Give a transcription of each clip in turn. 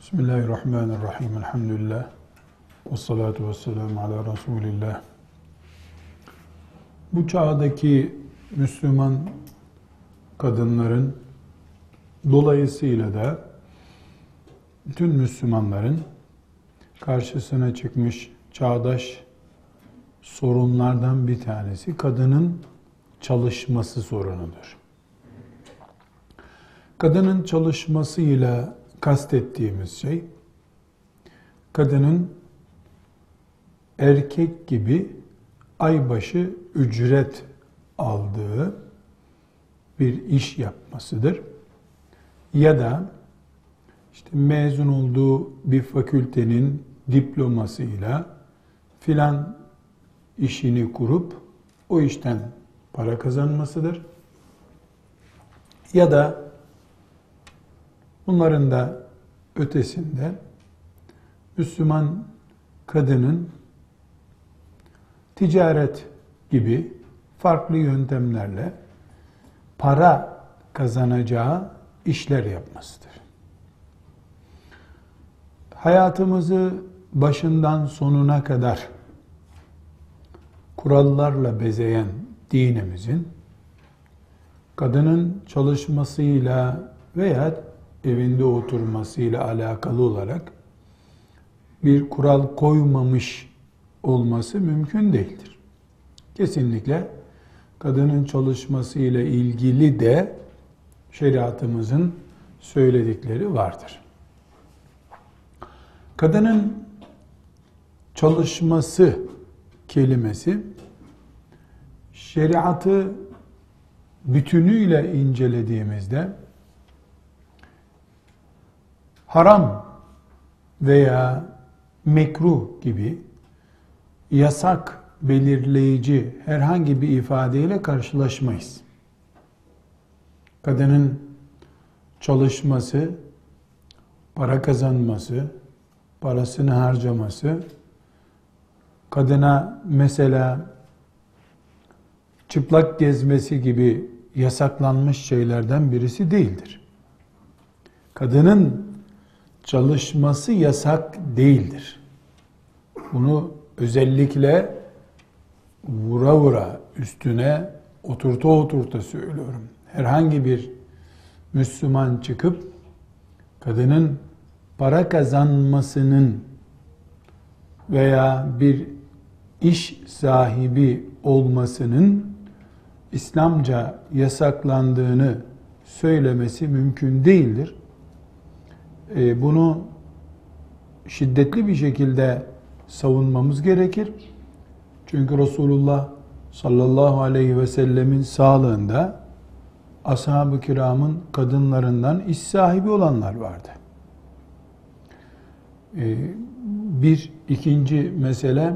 Bismillahirrahmanirrahim. Elhamdülillah. Ve salatu ve selamu ala Resulillah. Bu çağdaki Müslüman kadınların, dolayısıyla da bütün Müslümanların karşısına çıkmış çağdaş sorunlardan bir tanesi kadının çalışması sorunudur. Kadının çalışmasıyla kastettiğimiz şey, kadının erkek gibi aybaşı ücret aldığı bir iş yapmasıdır. Ya da işte mezun olduğu bir fakültenin diplomasıyla filan işini kurup o işten para kazanmasıdır. Ya da bunların da ötesinde Müslüman kadının ticaret gibi farklı yöntemlerle para kazanacağı işler yapmasıdır. Hayatımızı başından sonuna kadar kurallarla bezeyen dinimizin kadının çalışmasıyla veya evinde oturmasıyla alakalı olarak bir kural koymamış olması mümkün değildir. Kesinlikle kadının çalışmasıyla ilgili de şeriatımızın söyledikleri vardır. Kadının çalışması kelimesi şeriatı bütünüyle incelediğimizde haram veya mekruh gibi yasak belirleyici herhangi bir ifadeyle karşılaşmayız. Kadının çalışması, para kazanması, parasını harcaması, kadına mesela çıplak gezmesi gibi yasaklanmış şeylerden birisi değildir. Kadının çalışması yasak değildir. Bunu özellikle vura vura, üstüne oturta söylüyorum. Herhangi bir Müslüman çıkıp kadının para kazanmasının veya bir iş sahibi olmasının İslamca yasaklandığını söylemesi mümkün değildir. Bunu şiddetli bir şekilde savunmamız gerekir. Çünkü Resulullah sallallahu aleyhi ve sellemin sağlığında ashab-ı kiramın kadınlarından iş sahibi olanlar vardı. Bir ikinci mesele,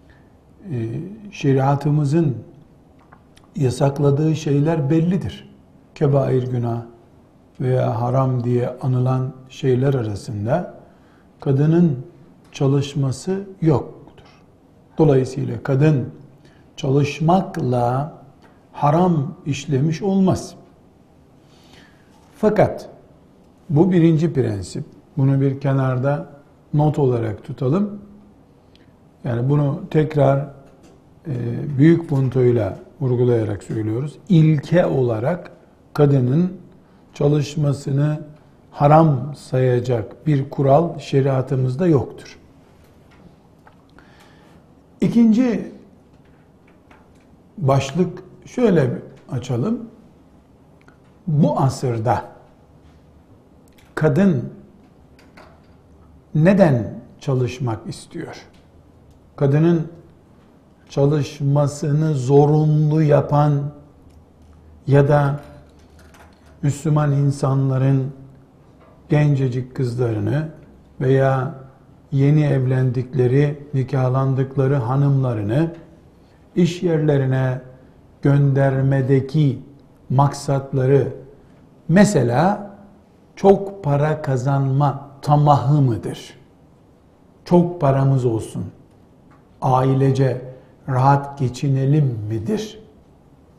şeriatımızın yasakladığı şeyler bellidir. Kebair günah veya haram diye anılan şeyler arasında kadının çalışması yoktur. Dolayısıyla kadın çalışmakla haram işlemiş olmaz. Fakat bu birinci prensip. Bunu bir kenarda not olarak tutalım. Yani bunu tekrar büyük puntoyla vurgulayarak söylüyoruz. İlke olarak kadının çalışmasını haram sayacak bir kural şeriatımızda yoktur. İkinci başlık şöyle açalım. Bu asırda kadın neden çalışmak istiyor? Kadının çalışmasını zorunlu yapan ya da Müslüman insanların gencecik kızlarını veya yeni evlendikleri, nikahlandıkları hanımlarını iş yerlerine göndermedeki maksatları mesela çok para kazanma tamahı mıdır? Çok paramız olsun, ailece rahat geçinelim midir?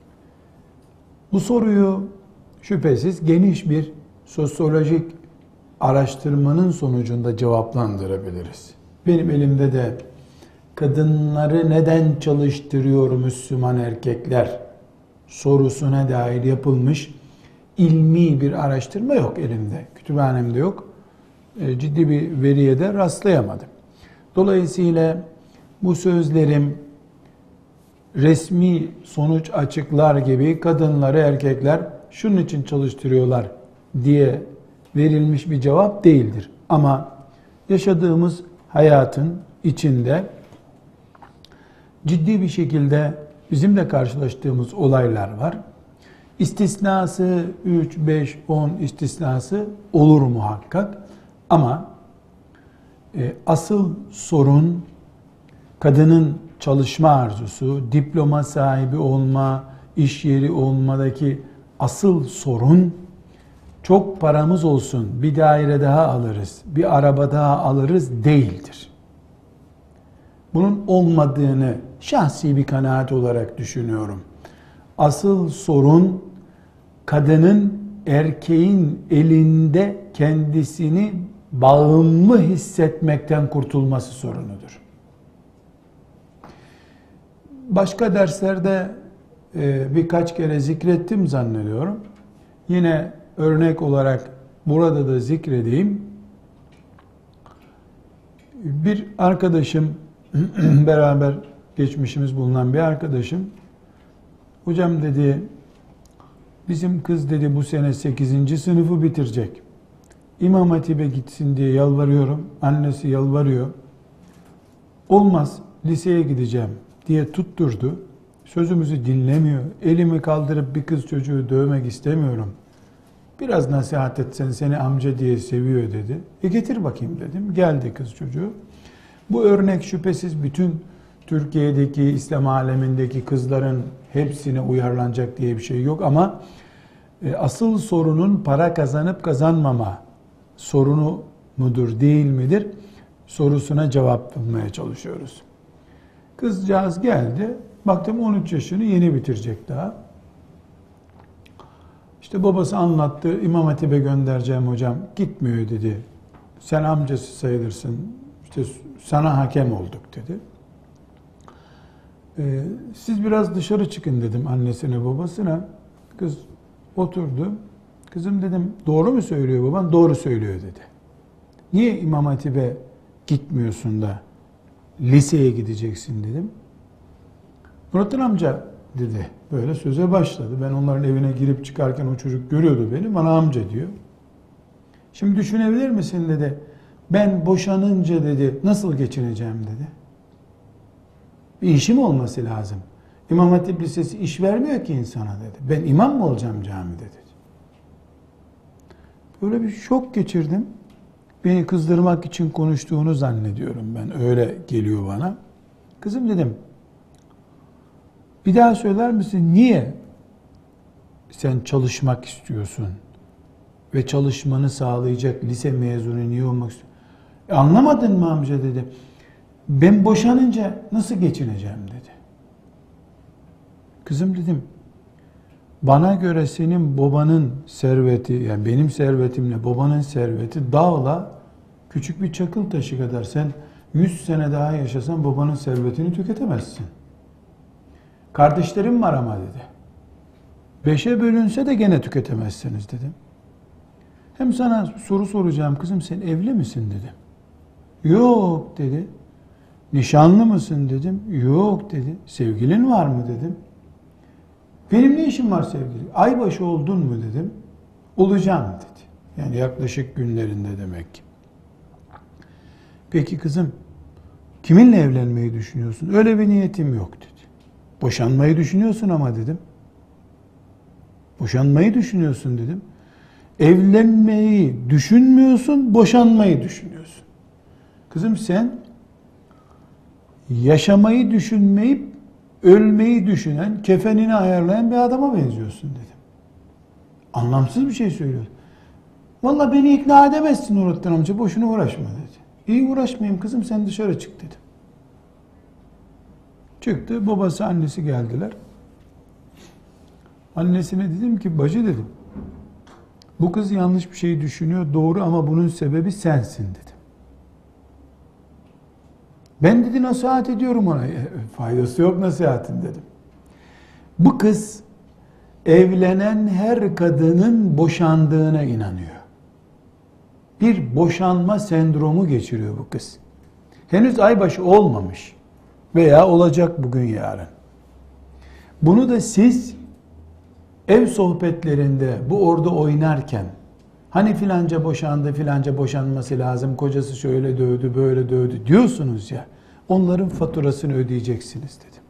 Bu soruyu şüphesiz geniş bir sosyolojik araştırmanın sonucunda cevaplandırabiliriz. Benim elimde de kadınları neden çalıştırıyor Müslüman erkekler sorusuna dair yapılmış ilmi bir araştırma yok elimde. Kütüphanemde yok. Ciddi bir veriye de rastlayamadım. Dolayısıyla bu sözlerim resmi sonuç açıklar gibi kadınları erkekler şunun için çalıştırıyorlar diye verilmiş bir cevap değildir. Ama yaşadığımız hayatın içinde ciddi bir şekilde bizim de karşılaştığımız olaylar var. İstisnası 3, 5, 10 istisnası olur muhakkak. Ama asıl sorun kadının çalışma arzusu, diploma sahibi olma, iş yeri olmadaki asıl sorun çok paramız olsun, bir daire daha alırız, bir araba daha alırız değildir. Bunun olmadığını şahsi bir kanaat olarak düşünüyorum. Asıl sorun kadının erkeğin elinde kendisini bağımlı hissetmekten kurtulması sorunudur. Başka derslerde birkaç kere zikrettim zannediyorum. Yine örnek olarak burada da zikredeyim. Bir arkadaşım, beraber geçmişimiz bulunan bir arkadaşım, hocam dedi, bizim kız dedi bu sene 8. sınıfı bitirecek. İmam Hatip'e gitsin diye yalvarıyorum. Annesi yalvarıyor. Olmaz, liseye gideceğim diye tutturdu. Sözümüzü dinlemiyor. Elimi kaldırıp bir kız çocuğu dövmek istemiyorum. Biraz nasihat etsen, seni amca diye seviyor dedi. Getir bakayım dedim. Geldi kız çocuğu. Bu örnek şüphesiz bütün Türkiye'deki, İslam alemindeki kızların hepsine uyarlanacak diye bir şey yok ama asıl sorunun para kazanıp kazanmama sorunu mudur değil midir sorusuna cevap bulmaya çalışıyoruz. Kızcağız geldi. Baktım 13 yaşını yeni bitirecek daha. İşte babası anlattı. İmam Hatip'e göndereceğim hocam. Gitmiyor dedi. Sen amcası sayılırsın. İşte sana hakem olduk dedi. Siz biraz dışarı çıkın dedim annesine babasına. Kız oturdu. Kızım dedim doğru mu söylüyor baban? Doğru söylüyor dedi. Niye İmam Hatip'e gitmiyorsun da liseye gideceksin dedim. Nurattin amca dedi. Böyle söze başladı. Ben onların evine girip çıkarken o çocuk görüyordu beni. Bana amca diyor. Şimdi düşünebilir misin dedi. Ben boşanınca dedi nasıl geçineceğim dedi. Bir işim olması lazım. İmam Hatip Lisesi iş vermiyor ki insana dedi. Ben imam mı olacağım camide dedi. Böyle bir şok geçirdim. Beni kızdırmak için konuştuğunu zannediyorum ben. Öyle geliyor bana. Kızım dedim. Bir daha söyler misin? Niye sen çalışmak istiyorsun? Ve çalışmanı sağlayacak lise mezunu niye olmak istiyorsun? Anlamadın mı amca dedi. Ben boşanınca nasıl geçineceğim dedi. Kızım dedim. Bana göre senin babanın serveti, yani benim servetimle babanın serveti dağla küçük bir çakıl taşı kadar. Sen 100 sene daha yaşasan babanın servetini tüketemezsin. Kardeşlerim var ama dedi. 5'e bölünse de gene tüketemezsiniz dedim. Hem sana soru soracağım kızım, sen evli misin dedim. Yok dedi. Nişanlı mısın dedim. Yok dedi. Sevgilin var mı dedim. Benim ne işim var sevgili? Aybaşı oldun mu dedim. Olacağım dedi. Yani yaklaşık günlerinde demek ki. Peki kızım, kiminle evlenmeyi düşünüyorsun? Öyle bir niyetim yok dedi. Boşanmayı düşünüyorsun ama dedim. Boşanmayı düşünüyorsun dedim. Evlenmeyi düşünmüyorsun, boşanmayı düşünüyorsun. Kızım sen yaşamayı düşünmeyip ölmeyi düşünen, kefenini ayarlayan bir adama benziyorsun dedim. Anlamsız bir şey söylüyor. Vallahi beni ikna edemezsin Nurattin amca, boşuna uğraşma dedi. İyi uğraşmayayım kızım, sen dışarı çık dedim. Çıktı, babası annesi geldiler. Annesine dedim ki, bacı dedim, Bu kız yanlış bir şey düşünüyor, doğru, ama bunun sebebi sensin dedim. Ben dedi nasihat ediyorum ona. Faydası yok nasihatin dedim. Bu kız evlenen her kadının boşandığına inanıyor. Bir boşanma sendromu geçiriyor bu kız. Henüz aybaşı olmamış veya olacak bugün yarın. Bunu da siz ev sohbetlerinde bu orada oynarken hani filanca boşandı, filanca boşanması lazım, kocası şöyle dövdü, böyle dövdü diyorsunuz ya, onların faturasını ödeyeceksiniz dedim.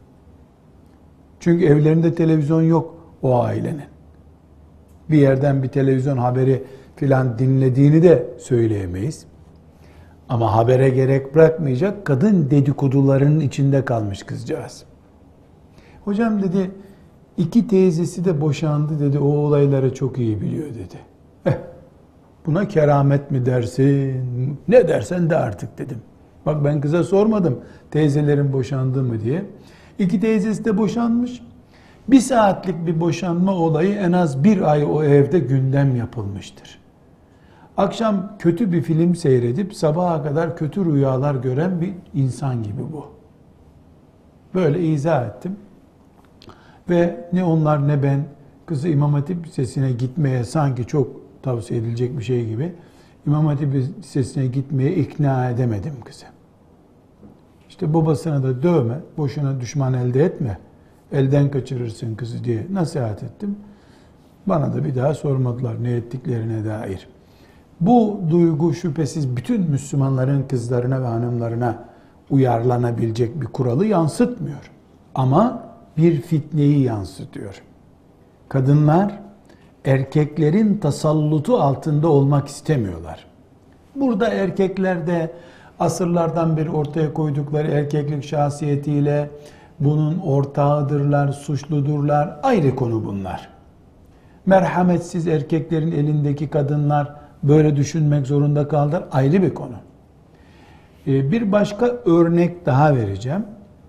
Çünkü evlerinde televizyon yok o ailenin. Bir yerden bir televizyon haberi filan dinlediğini de söyleyemeyiz. Ama habere gerek bırakmayacak kadın dedikodularının içinde kalmış kızcağız. Hocam dedi, 2 teyzesi de boşandı dedi, o olayları çok iyi biliyor dedi. Buna keramet mi dersin, ne dersen de artık dedim. Bak ben kıza sormadım teyzelerin boşandı mı diye. 2 teyzesi de boşanmış. 1 saatlik bir boşanma olayı en az 1 ay o evde gündem yapılmıştır. Akşam kötü bir film seyredip sabaha kadar kötü rüyalar gören bir insan gibi bu. Böyle izah ettim. Ve ne onlar ne ben kızı İmam Hatip Lisesi'ne gitmeye, sanki çok tavsiye edilecek bir şey gibi, İmam Hatip Lisesi'ne gitmeye ikna edemedim kızı. İşte babasına da dövme, boşuna düşman elde etme, elden kaçırırsın kızı diye nasihat ettim. Bana da bir daha sormadılar ne ettiklerine dair. Bu duygu şüphesiz bütün Müslümanların kızlarına ve hanımlarına uyarlanabilecek bir kuralı yansıtmıyor. Ama bir fitneyi yansıtıyor. Kadınlar erkeklerin tasallutu altında olmak istemiyorlar. Burada erkekler de asırlardan beri ortaya koydukları erkeklik şahsiyetiyle bunun ortağıdırlar, suçludurlar. Ayrı konu bunlar. Merhametsiz erkeklerin elindeki kadınlar böyle düşünmek zorunda kaldılar. Ayrı bir konu. Bir başka örnek daha vereceğim.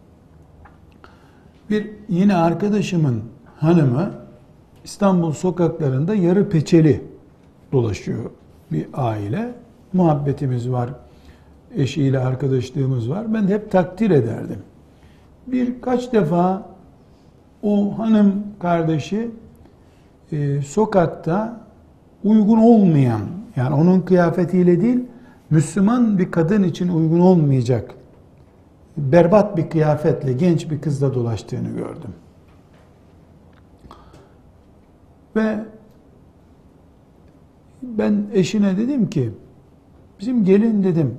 Bir yine arkadaşımın hanımı İstanbul sokaklarında yarı peçeli dolaşıyor bir aile. Muhabbetimiz var, eşiyle arkadaşlığımız var. Ben de hep takdir ederdim. Birkaç defa o hanım kardeşi sokakta uygun olmayan, yani onun kıyafetiyle değil, Müslüman bir kadın için uygun olmayacak berbat bir kıyafetle genç bir kızla dolaştığını gördüm. Ve ben eşine dedim ki, bizim gelin dedim,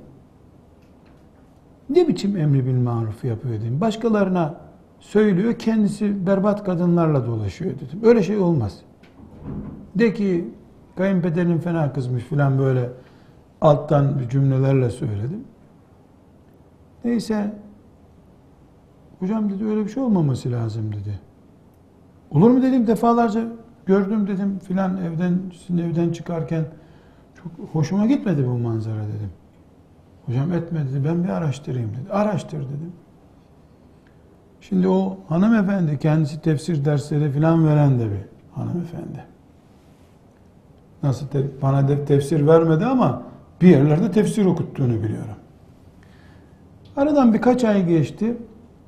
ne biçim emri bil maruf yapıyor dedim. Başkalarına söylüyor, kendisi berbat kadınlarla dolaşıyor dedim. Öyle şey olmaz. De ki kayınpederin fena kızmış filan, böyle alttan bir cümlelerle söyledim. Neyse, hocam dedi öyle bir şey olmaması lazım dedi. Olur mu dedim, defalarca gördüm dedim filan, sizin evden çıkarken çok hoşuma gitmedi bu manzara dedim. Hocam etme dedi, ben bir araştırayım dedi. Araştır dedim. Şimdi o hanımefendi kendisi tefsir dersleri filan veren de bir hanımefendi. Nasıl bana tefsir vermedi ama bir yerlerde tefsir okuttuğunu biliyorum. Aradan birkaç ay geçti.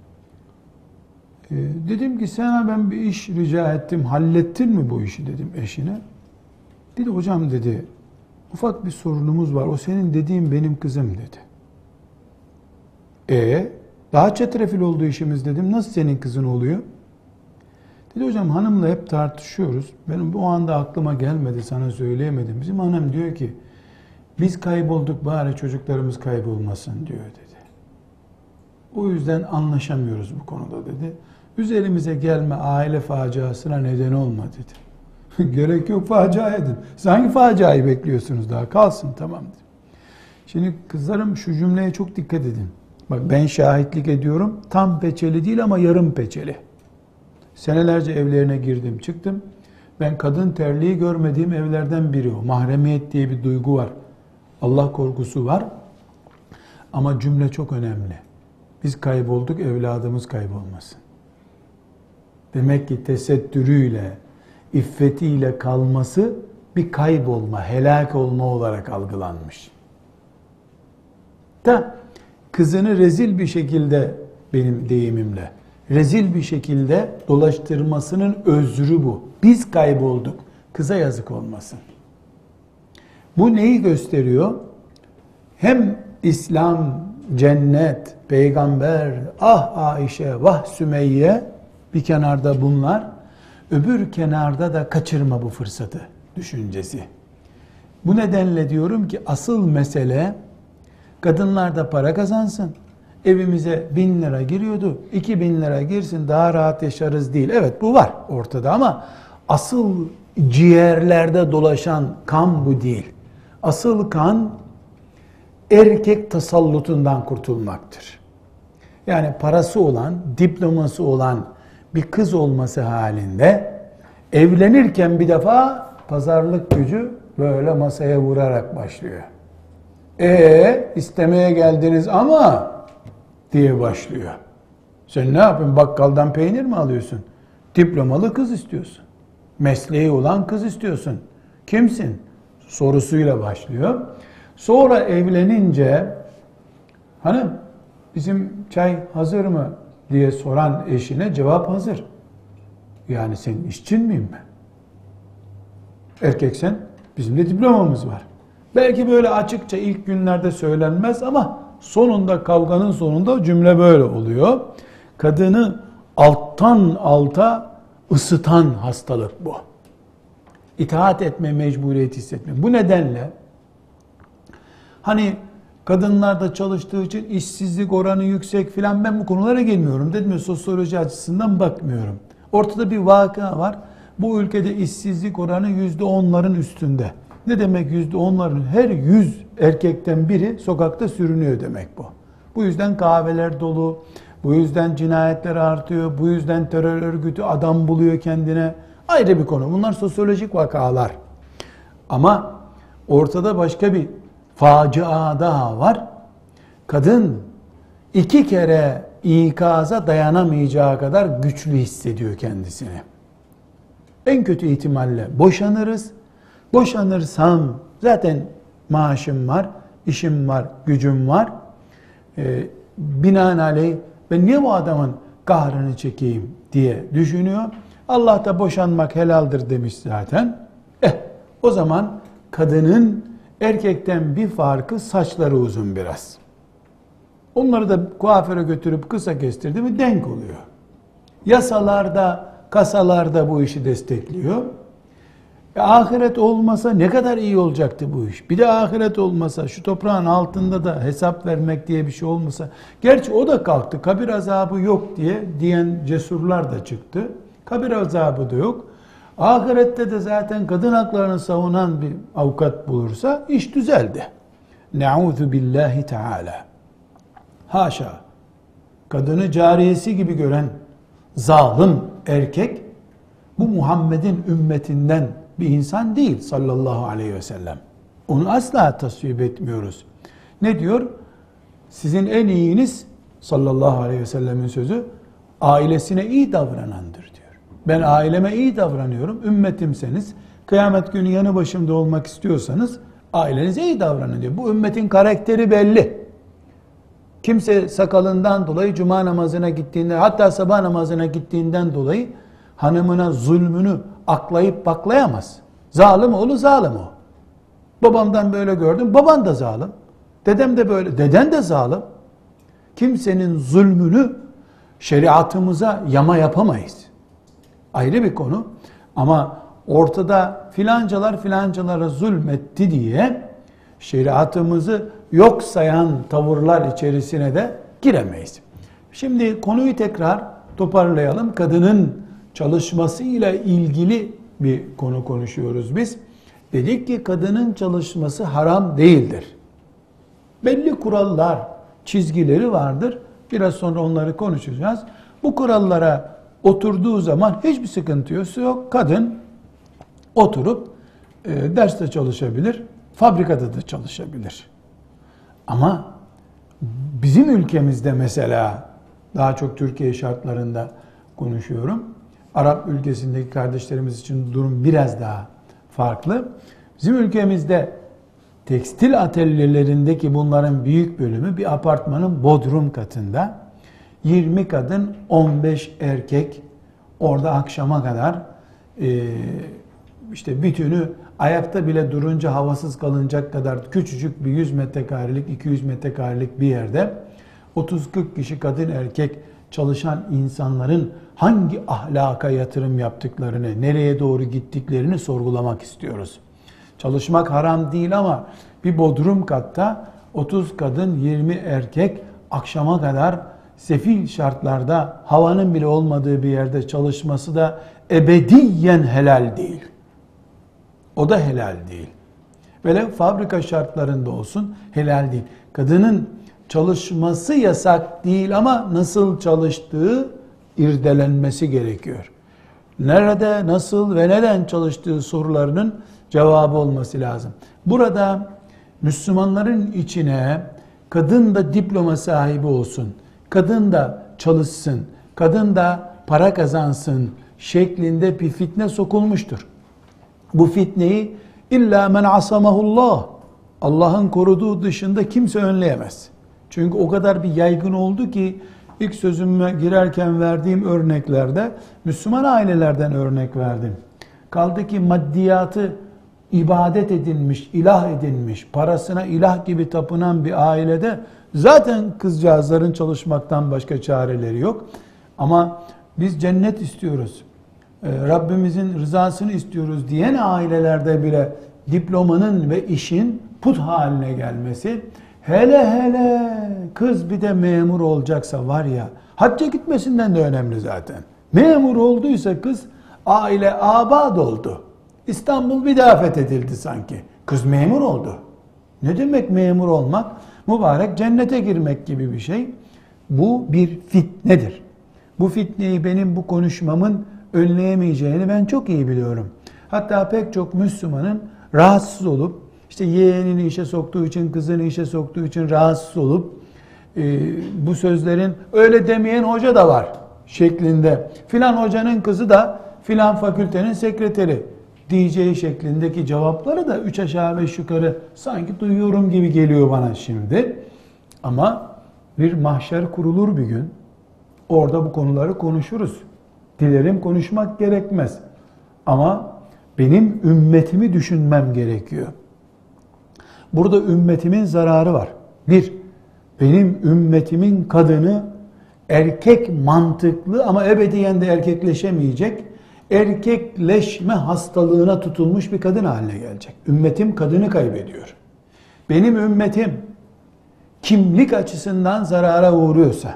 Dedim ki sana ben bir iş rica ettim, hallettin mi bu işi dedim eşine. Dedi hocam dedi, ufak bir sorunumuz var, o senin dediğin benim kızım dedi. Daha çetrefil oldu işimiz dedim, nasıl senin kızın oluyor? Dedi hocam hanımla hep tartışıyoruz, benim bu anda aklıma gelmedi, sana söyleyemedim. Bizim hanım diyor ki, biz kaybolduk bari çocuklarımız kaybolmasın diyor dedi. O yüzden anlaşamıyoruz bu konuda dedi. Üzerimize gelme, aile faciasına neden olma dedi. Gerek yok facia edin. Siz hangi faciayı bekliyorsunuz daha? Kalsın tamam dedi. Şimdi kızlarım şu cümleye çok dikkat edin. Bak ben şahitlik ediyorum. Tam peçeli değil ama yarım peçeli. Senelerce evlerine girdim çıktım. Ben kadın terliği görmediğim evlerden biri o. Mahremiyet diye bir duygu var. Allah korkusu var. Ama cümle çok önemli. Biz kaybolduk, evladımız kaybolmasın. Demek ki tesettürüyle, iffetiyle kalması bir kaybolma, helak olma olarak algılanmış. Da kızını rezil bir şekilde, benim deyimimle, rezil bir şekilde dolaştırmasının özrü bu. Biz kaybolduk, kıza yazık olmasın. Bu neyi gösteriyor? Hem İslam, cennet, peygamber, ah Ayşe, vah Sümeyye bir kenarda bunlar, öbür kenarda da kaçırma bu fırsatı düşüncesi. Bu nedenle diyorum ki asıl mesele kadınlar da para kazansın. Evimize 1000 lira giriyordu, 2000 lira girsin daha rahat yaşarız değil. Evet bu var ortada ama asıl ciğerlerde dolaşan kan bu değil. Asıl kan erkek tasallutundan kurtulmaktır. Yani parası olan, diploması olan bir kız olması halinde evlenirken bir defa pazarlık gücü böyle masaya vurarak başlıyor. İstemeye geldiniz ama diye başlıyor. Sen ne yapıyorsun? Bakkaldan peynir mi alıyorsun? Diplomalı kız istiyorsun. Mesleği olan kız istiyorsun. Kimsin? Sorusuyla başlıyor. Sonra evlenince hanım bizim çay hazır mı diye soran eşine cevap hazır. Yani senin işçin miyim ben? Erkeksen bizim de diplomamız var. Belki böyle açıkça ilk günlerde söylenmez ama sonunda kavganın sonunda cümle böyle oluyor. Kadını alttan alta ısıtan hastalık bu. İtaat etme mecburiyeti hissetme. Bu nedenle hani kadınlar da çalıştığı için işsizlik oranı yüksek filan, ben bu konulara gelmiyorum dedim ya, sosyoloji açısından bakmıyorum. Ortada bir vaka var. Bu ülkede işsizlik oranı %10'ların üstünde. Ne demek %10'ların? Her 100 erkekten biri sokakta sürünüyor demek bu. Bu yüzden kahveler dolu, bu yüzden cinayetler artıyor, bu yüzden terör örgütü adam buluyor kendine. Ayrı bir konu. Bunlar sosyolojik vakalar. Ama ortada başka bir facia daha var. Kadın 2 kere ikaza dayanamayacağı kadar güçlü hissediyor kendisini. En kötü ihtimalle boşanırız. Boşanırsam zaten maaşım var, işim var, gücüm var. Binaenaleyh ben niye bu adamın kahrını çekeyim diye düşünüyor. Allah da boşanmak helaldir demiş zaten. O zaman kadının erkekten bir farkı saçları uzun biraz. Onları da kuaföre götürüp kısa kestirdi mi denk oluyor. Yasalarda, kasalarda bu işi destekliyor. Ahiret olmasa ne kadar iyi olacaktı bu iş. Bir de ahiret olmasa, şu toprağın altında da hesap vermek diye bir şey olmasa. Gerçi o da kalktı. Kabir azabı yok diyen cesurlar da çıktı. Kabir azabı da yok. Ahirette de zaten kadın haklarını savunan bir avukat bulursa iş düzeldi. Ne'ûzu billahi teâlâ. Haşa. Kadını cariyesi gibi gören zalim erkek bu Muhammed'in ümmetinden bir insan değil sallallahu aleyhi ve sellem. Onu asla tasvip etmiyoruz. Ne diyor? Sizin en iyiniz sallallahu aleyhi ve sellemin sözü ailesine iyi davranandır diyor. Ben aileme iyi davranıyorum. Ümmetimseniz, kıyamet günü yanı başımda olmak istiyorsanız ailenize iyi davranın diyor. Bu ümmetin karakteri belli. Kimse sakalından dolayı cuma namazına gittiğinde, hatta sabah namazına gittiğinden dolayı hanımına zulmünü aklayıp baklayamaz. Zalim oğlu zalim o. Babamdan böyle gördüm, baban da zalim. Dedem de böyle, deden de zalim. Kimsenin zulmünü şeriatımıza yama yapamayız. Ayrı bir konu. Ama ortada filancalar filancalara zulmetti diye şeriatımızı yok sayan tavırlar içerisine de giremeyiz. Şimdi konuyu tekrar toparlayalım. Kadının çalışmasıyla ilgili bir konu konuşuyoruz biz. Dedik ki kadının çalışması haram değildir. Belli kurallar, çizgileri vardır. Biraz sonra onları konuşacağız. Bu kurallara oturduğu zaman hiçbir sıkıntı yok. Kadın oturup derste çalışabilir, fabrikada da çalışabilir. Ama bizim ülkemizde mesela, daha çok Türkiye şartlarında konuşuyorum, Arap ülkesindeki kardeşlerimiz için durum biraz daha farklı. Bizim ülkemizde tekstil atölyelerindeki bunların büyük bölümü bir apartmanın bodrum katında. 20 kadın, 15 erkek orada akşama kadar işte bütünü ayakta bile durunca havasız kalınacak kadar küçücük bir 100 metrekarelik, 200 metrekarelik bir yerde 30-40 kişi kadın erkek çalışan insanların hangi ahlaka yatırım yaptıklarını, nereye doğru gittiklerini sorgulamak istiyoruz. Çalışmak haram değil ama bir bodrum katta 30 kadın, 20 erkek akşama kadar sefil şartlarda havanın bile olmadığı bir yerde çalışması da ebediyen helal değil. O da helal değil. Böyle fabrika şartlarında olsun helal değil. Kadının çalışması yasak değil ama nasıl çalıştığı irdelenmesi gerekiyor. Nerede, nasıl ve neden çalıştığı sorularının cevabı olması lazım. Burada Müslümanların içine kadın da diploma sahibi olsun, kadın da çalışsın, kadın da para kazansın şeklinde bir fitne sokulmuştur. Bu fitneyi illa men asamahullah, Allah'ın koruduğu dışında kimse önleyemez. Çünkü o kadar bir yaygın oldu ki ilk sözüme girerken verdiğim örneklerde Müslüman ailelerden örnek verdim. Kaldı ki maddiyatı ibadet edilmiş, ilah edilmiş, parasına ilah gibi tapınan bir ailede zaten kızcağızların çalışmaktan başka çareleri yok. Ama biz cennet istiyoruz, Rabbimizin rızasını istiyoruz diyen ailelerde bile diplomanın ve işin put haline gelmesi, hele kız bir de memur olacaksa var ya, hacca gitmesinden de önemli zaten. Memur olduysa kız, aile abad oldu. İstanbul bir daha fethedildi sanki. Kız memur oldu. Ne demek memur olmak? Mübarek cennete girmek gibi bir şey. Bu bir fitnedir. Bu fitneyi benim bu konuşmamın önleyemeyeceğini ben çok iyi biliyorum. Hatta pek çok Müslümanın rahatsız olup, işte yeğenini işe soktuğu için, kızını işe soktuğu için rahatsız olup, bu sözlerin öyle demeyen hoca da var şeklinde, filan hocanın kızı da filan fakültenin sekreteri diyeceği şeklindeki cevapları da 3 aşağı 5 yukarı sanki duyuyorum gibi geliyor bana şimdi. Ama bir mahşer kurulur bir gün. Orada bu konuları konuşuruz. Dilerim konuşmak gerekmez. Ama benim ümmetimi düşünmem gerekiyor. Burada ümmetimin zararı var. Bir, benim ümmetimin kadını erkek mantıklı ama ebediyen de erkekleşemeyecek, erkekleşme hastalığına tutulmuş bir kadın haline gelecek. Ümmetim kadını kaybediyor. Benim ümmetim kimlik açısından zarara uğruyorsa,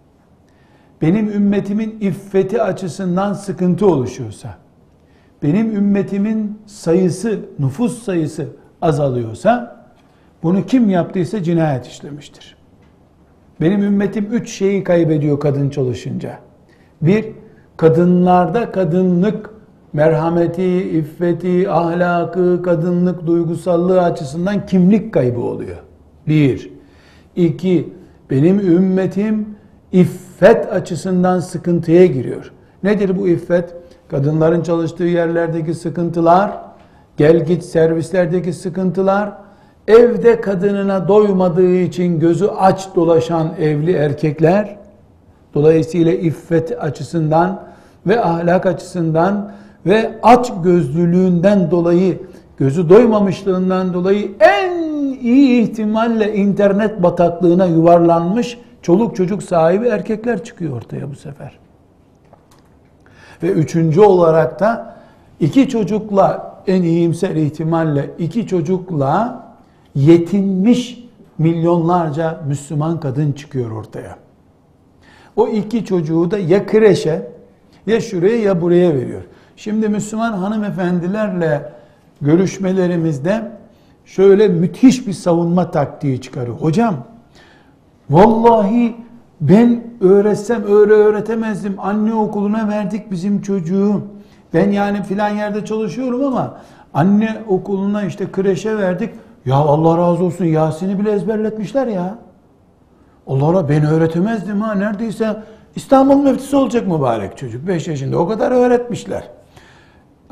benim ümmetimin iffeti açısından sıkıntı oluşuyorsa, benim ümmetimin sayısı, nüfus sayısı azalıyorsa, bunu kim yaptıysa cinayet işlemiştir. Benim ümmetim 3 şeyi kaybediyor kadın çalışınca. Bir, kadınlarda kadınlık merhameti, iffeti, ahlakı, kadınlık duygusallığı açısından kimlik kaybı oluyor. Bir. İki, benim ümmetim iffet açısından sıkıntıya giriyor. Nedir bu iffet? Kadınların çalıştığı yerlerdeki sıkıntılar, gel git servislerdeki sıkıntılar, evde kadınına doymadığı için gözü aç dolaşan evli erkekler, dolayısıyla iffet açısından ve ahlak açısından ve aç gözlülüğünden dolayı, gözü doymamışlığından dolayı en iyi ihtimalle internet bataklığına yuvarlanmış çoluk çocuk sahibi erkekler çıkıyor ortaya bu sefer. Ve üçüncü olarak da 2 çocukla, en iyimser ihtimalle 2 çocukla yetinmiş milyonlarca Müslüman kadın çıkıyor ortaya. O 2 çocuğu da ya kreşe, ya şuraya ya buraya veriyor. Şimdi Müslüman hanımefendilerle görüşmelerimizde şöyle müthiş bir savunma taktiği çıkarıyor. Hocam, vallahi ben öğretsem öğretemezdim. Anne okuluna verdik bizim çocuğu. Ben yani filan yerde çalışıyorum ama anne okuluna, işte kreşe verdik. Ya Allah razı olsun, Yasin'i bile ezberletmişler ya. Allah'a, ben öğretemezdim ha. Neredeyse İstanbul müftüsü olacak mübarek çocuk. 5 yaşında o kadar öğretmişler.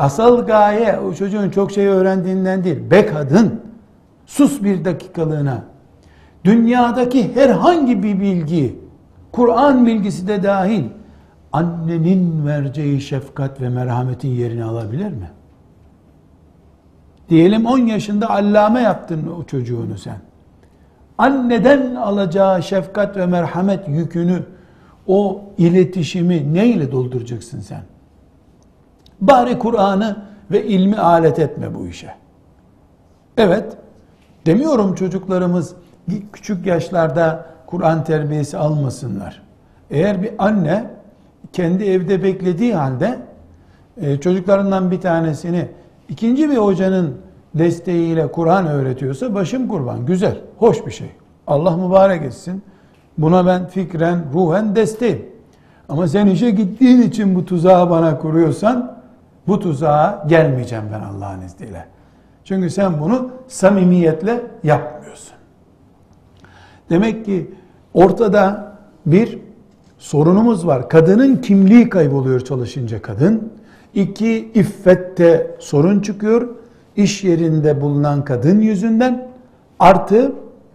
Asıl gaye o çocuğun çok şey öğrendiğinden değil. Be kadın, sus bir dakikalığına. Dünyadaki herhangi bir bilgi, Kur'an bilgisi de dahil, annenin vereceği şefkat ve merhametin yerini alabilir mi? Diyelim 10 yaşında allame yaptın o çocuğunu sen. Anneden alacağı şefkat ve merhamet yükünü, o iletişimi neyle dolduracaksın sen? Bari Kur'an'ı ve ilmi alet etme bu işe. Evet, demiyorum çocuklarımız küçük yaşlarda Kur'an terbiyesi almasınlar. Eğer bir anne kendi evde beklediği halde çocuklarından bir tanesini ikinci bir hocanın desteğiyle Kur'an öğretiyorsa başım kurban. Güzel, hoş bir şey. Allah mübarek etsin. Buna ben fikren, ruhen desteğim. Ama sen işe gittiğin için bu tuzağı bana kuruyorsan bu tuzağa gelmeyeceğim ben Allah'ın izniyle. Çünkü sen bunu samimiyetle yapmıyorsun. Demek ki ortada bir sorunumuz var. Kadının kimliği kayboluyor çalışınca kadın. 2, iffette sorun çıkıyor. İş yerinde bulunan kadın yüzünden. Artı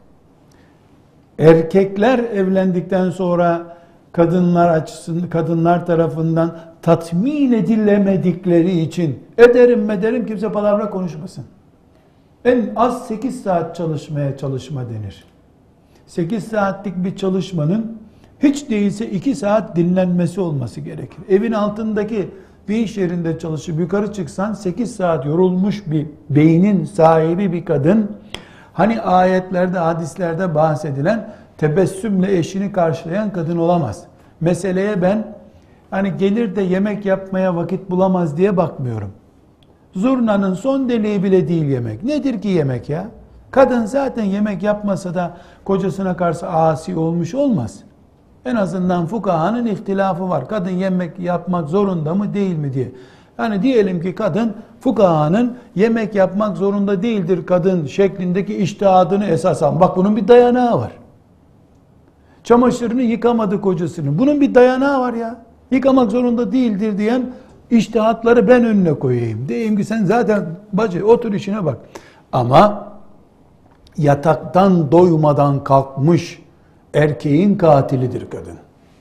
erkekler evlendikten sonra kadınlar tarafından tatmin edilemedikleri için ederim kimse palavra konuşmasın. En az 8 saat çalışma denir. 8 saatlik bir çalışmanın hiç değilse 2 saat dinlenmesi olması gerekir. Evin altındaki bir iş yerinde çalışıp yukarı çıksan 8 saat yorulmuş bir beynin sahibi bir kadın, hani ayetlerde, hadislerde bahsedilen tebessümle eşini karşılayan kadın olamaz. Meseleye ben hani gelir de yemek yapmaya vakit bulamaz diye bakmıyorum. Zurnanın son deliği bile değil yemek. Nedir ki yemek ya? Kadın zaten yemek yapmasa da kocasına karşı asi olmuş olmaz. En azından fukahanın ihtilafı var. Kadın yemek yapmak zorunda mı değil mi diye. Yani diyelim ki kadın fukahanın yemek yapmak zorunda değildir kadın şeklindeki içtihadını esas alın. Bak bunun bir dayanağı var. Çamaşırını yıkamadı kocasını. Bunun bir dayanağı var ya. Yıkamak zorunda değildir diyen içtihatları ben önüne koyayım. Diyeyim ki sen zaten bacı otur işine bak. Ama yataktan doymadan kalkmış erkeğin katilidir kadın.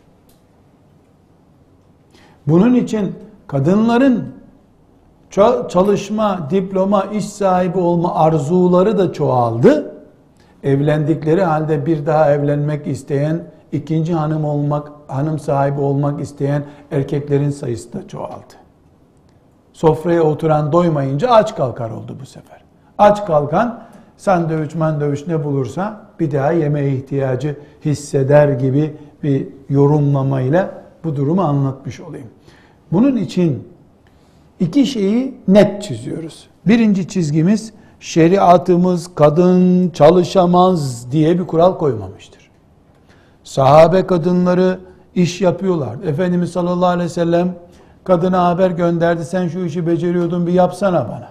Bunun için kadınların çalışma, diploma, iş sahibi olma arzuları da çoğaldı. Evlendikleri halde bir daha evlenmek isteyen, ikinci hanım sahibi olmak isteyen erkeklerin sayısı da çoğaldı. Sofraya oturan doymayınca aç kalkar oldu bu sefer. Aç kalkan sandviç ne bulursa bir daha yemeğe ihtiyacı hisseder gibi bir yorumlamayla bu durumu anlatmış olayım. Bunun için 2 şeyi net çiziyoruz. Birinci çizgimiz, şeriatımız kadın çalışamaz diye bir kural koymamıştır. Sahabe kadınları iş yapıyorlar. Efendimiz sallallahu aleyhi ve sellem kadına haber gönderdi. Sen şu işi beceriyordun bir yapsana bana.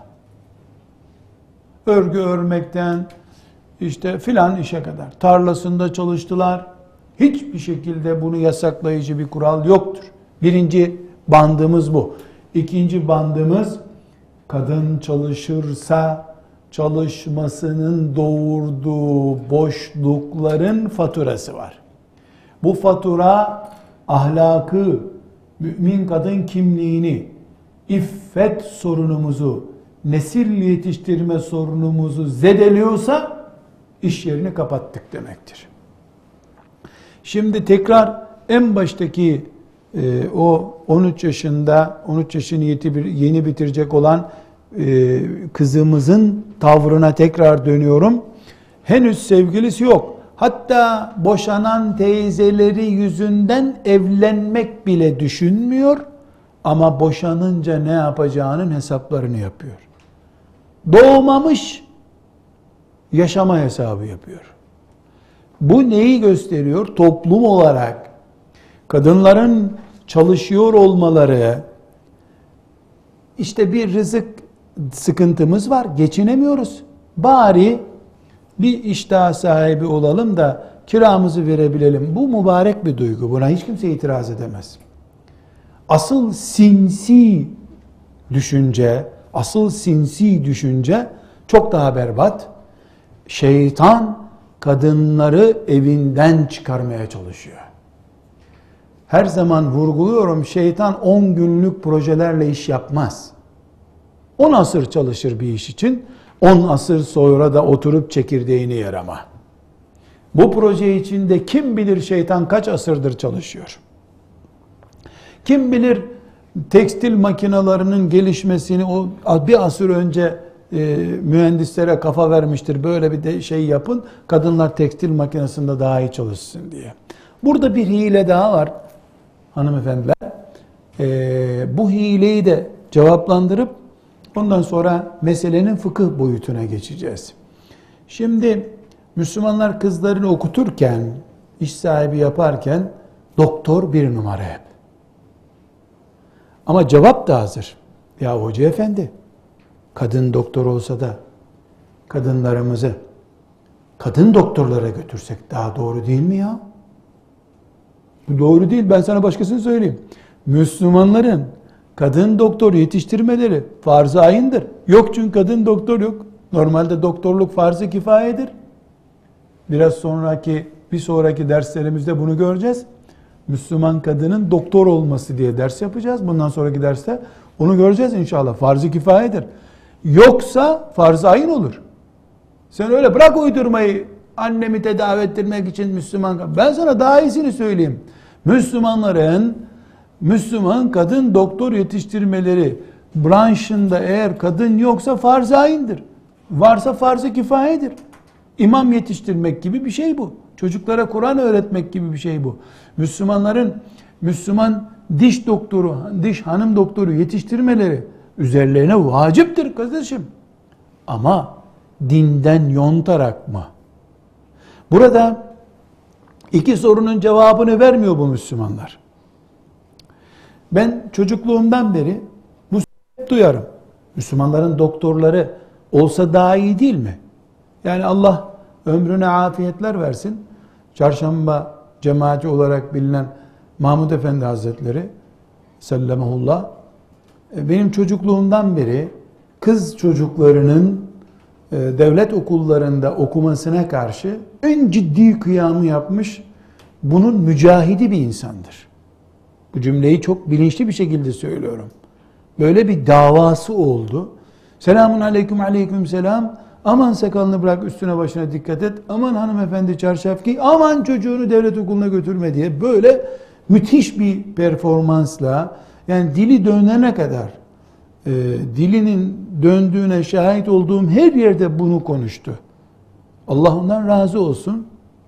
Örgü örmekten işte filan işe kadar. Tarlasında çalıştılar. Hiçbir şekilde bunu yasaklayıcı bir kural yoktur. Birinci bandımız bu. İkinci bandımız, kadın çalışırsa çalışmasının doğurduğu boşlukların faturası var. Bu fatura ahlakı, mümin kadın kimliğini, iffet sorunumuzu, nesil yetiştirme sorunumuzu zedeliyorsa iş yerini kapattık demektir. Şimdi tekrar en baştaki o 13 yaşını yeni bitirecek olan kızımızın tavrına tekrar dönüyorum. Henüz sevgilisi yok. Hatta boşanan teyzeleri yüzünden evlenmek bile düşünmüyor. Ama boşanınca ne yapacağının hesaplarını yapıyor. Doğmamış, yaşama hesabı yapıyor. Bu neyi gösteriyor? Toplum olarak kadınların çalışıyor olmaları, işte bir rızık sıkıntımız var, geçinemiyoruz. Bari bir iştah sahibi olalım da kiramızı verebilelim. Bu mübarek bir duygu. Buna hiç kimse itiraz edemez. Asıl sinsi düşünce, asıl sinsi düşünce çok daha berbat. Şeytan kadınları evinden çıkarmaya çalışıyor. Her zaman vurguluyorum, şeytan 10 günlük projelerle iş yapmaz. 10 asır çalışır bir iş için, 10 asır sonra da oturup çekirdeğini yer ama. Bu proje içinde kim bilir şeytan kaç asırdır çalışıyor. Kim bilir tekstil makinelerinin gelişmesini o bir asır önce mühendislere kafa vermiştir. Böyle bir de şey yapın, kadınlar tekstil makinesinde daha iyi çalışsın diye. Burada bir hile daha var hanımefendiler. Bu hileyi de cevaplandırıp ondan sonra meselenin fıkıh boyutuna geçeceğiz. Şimdi Müslümanlar kızlarını okuturken, iş sahibi yaparken doktor bir numara hep. Ama cevap da hazır. Ya hoca efendi, kadın doktor olsa da kadınlarımızı kadın doktorlara götürsek daha doğru değil mi ya? Bu doğru değil. Ben sana başkasını söyleyeyim. Müslümanların kadın doktor yetiştirmeleri farz-ı ayındır. Yok çünkü kadın doktor yok. Normalde doktorluk farz-ı kifayedir. Bir sonraki derslerimizde bunu göreceğiz. Müslüman kadının doktor olması diye ders yapacağız. Bundan sonraki derste onu göreceğiz inşallah. Farz-ı kifayedir. Yoksa farz-ı ayın olur. Sen öyle bırak uydurmayı, annemi tedavi ettirmek için Müslüman. Ben sana daha iyisini söyleyeyim. Müslüman kadın doktor yetiştirmeleri branşında eğer kadın yoksa farz-ı ayındır. Varsa farz-ı kifayedir. İmam yetiştirmek gibi bir şey bu. Çocuklara Kur'an öğretmek gibi bir şey bu. Müslüman diş hanım doktoru yetiştirmeleri üzerlerine vaciptir kardeşim. Ama dinden yontarak mı? Burada iki sorunun cevabını vermiyor bu Müslümanlar. Ben çocukluğumdan beri bu duyarım. Müslümanların doktorları olsa daha iyi değil mi? Yani Allah ömrüne afiyetler versin. Çarşamba cemaati olarak bilinen Mahmud Efendi Hazretleri sellemehullah benim çocukluğumdan beri kız çocuklarının devlet okullarında okumasına karşı en ciddi kıyamı yapmış, bunun mücahidi bir insandır. Bu cümleyi çok bilinçli bir şekilde söylüyorum. Böyle bir davası oldu. Selamun aleyküm, aleyküm selam. Aman sakalını bırak, üstüne başına dikkat et. Aman hanımefendi çarşaf giy. Aman çocuğunu devlet okuluna götürme diye böyle müthiş bir performansla, yani dili dönene kadar dilinin döndüğüne şahit olduğum her yerde bunu konuştu. Allah ondan razı olsun.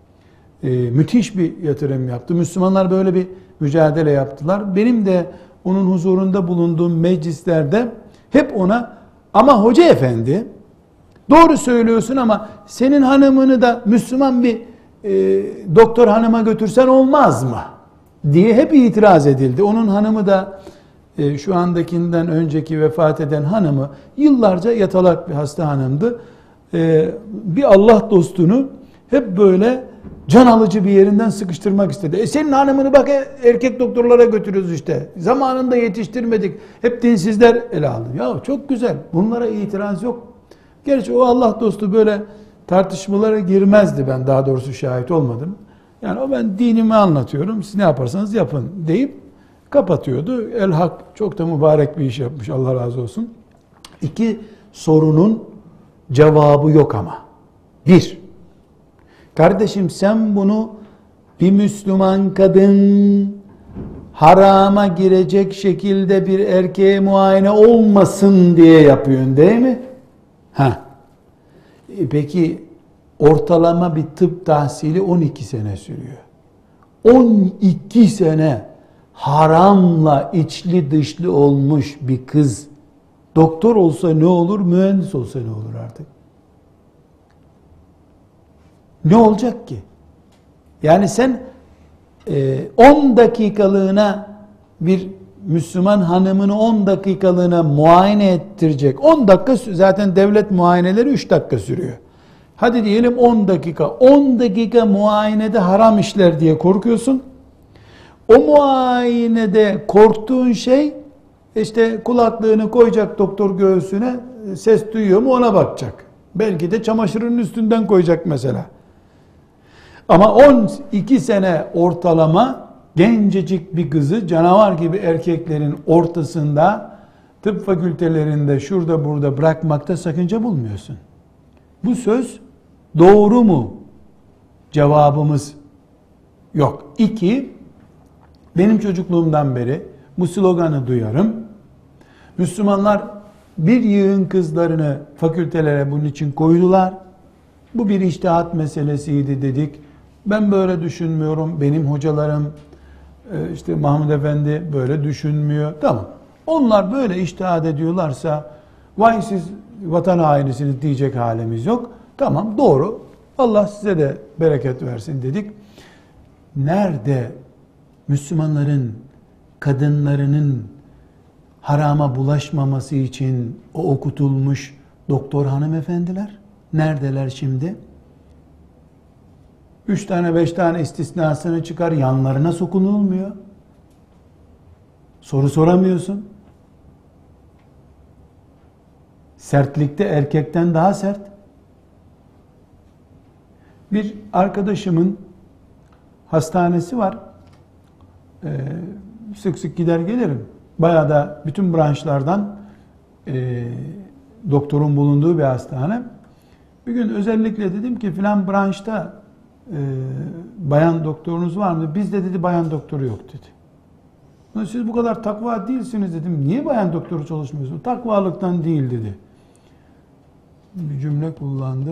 Müthiş bir yatırım yaptı. Müslümanlar böyle bir mücadele yaptılar. Benim de onun huzurunda bulunduğum meclislerde hep ona, ama hoca efendi doğru söylüyorsun ama senin hanımını da Müslüman bir doktor hanıma götürsen olmaz mı diye hep itiraz edildi. Onun hanımı da şu andakinden önceki vefat eden hanımı yıllarca yatalak bir hasta hanımdı. Bir Allah dostunu hep böyle can alıcı bir yerinden sıkıştırmak istedi. Senin hanımını bak erkek doktorlara götürüyoruz işte. Zamanında yetiştirmedik. Hep dinsizler ele aldı. Ya çok güzel. Bunlara itiraz yok. Gerçi o Allah dostu böyle tartışmalara girmezdi, ben daha doğrusu şahit olmadım. Yani o, ben dinimi anlatıyorum, siz ne yaparsanız yapın deyip kapatıyordu. El Hak çok da mübarek bir iş yapmış, Allah razı olsun. İki sorunun cevabı yok ama. Bir, kardeşim sen bunu bir Müslüman kadın harama girecek şekilde bir erkeğe muayene olmasın diye yapıyorsun değil mi? Peki ortalama bir tıp tahsili 12 sene sürüyor. 12 sene haramla içli dışlı olmuş bir kız doktor olsa ne olur, mühendis olsa ne olur artık? Ne olacak ki? Yani sen 10 dakikalığına bir Müslüman hanımını 10 dakikalığına muayene ettirecek. 10 dakika zaten devlet muayeneleri 3 dakika sürüyor. Hadi diyelim 10 dakika. 10 dakika muayenede haram işler diye korkuyorsun. O muayenede korktuğun şey İşte kulaklığını koyacak doktor göğsüne, ses duyuyor mu ona bakacak. Belki de çamaşırın üstünden koyacak mesela. Ama 12 sene ortalama gencecik bir kızı canavar gibi erkeklerin ortasında tıp fakültelerinde şurada burada bırakmakta sakınca bulmuyorsun. Bu söz doğru mu? Cevabımız yok. 2, benim çocukluğumdan beri bu sloganı duyarım. Müslümanlar bir yığın kızlarını fakültelere bunun için koydular. Bu bir içtihat meselesiydi dedik. Ben böyle düşünmüyorum. Benim hocalarım işte Mahmud Efendi böyle düşünmüyor. Tamam. Onlar böyle içtihat ediyorlarsa vay siz vatan hainisiniz diyecek halimiz yok. Tamam doğru. Allah size de bereket versin dedik. Nerede Müslümanların kadınlarının harama bulaşmaması için o okutulmuş doktor hanımefendiler? Neredeler şimdi? 3 tane 5 tane istisnasını çıkar, yanlarına sokululmuyor. Soru soramıyorsun. Sertlikte erkekten daha sert. Bir arkadaşımın hastanesi var. Sık sık gider gelirim. Bayağı da bütün branşlardan doktorun bulunduğu bir hastane. Bir gün özellikle dedim ki filan branşta bayan doktorunuz var mı? Bizde dedi bayan doktoru yok dedi. Siz bu kadar takva değilsiniz dedim. Niye bayan doktoru çalışmıyorsunuz? Takvalıktan değil dedi. Bir cümle kullandı.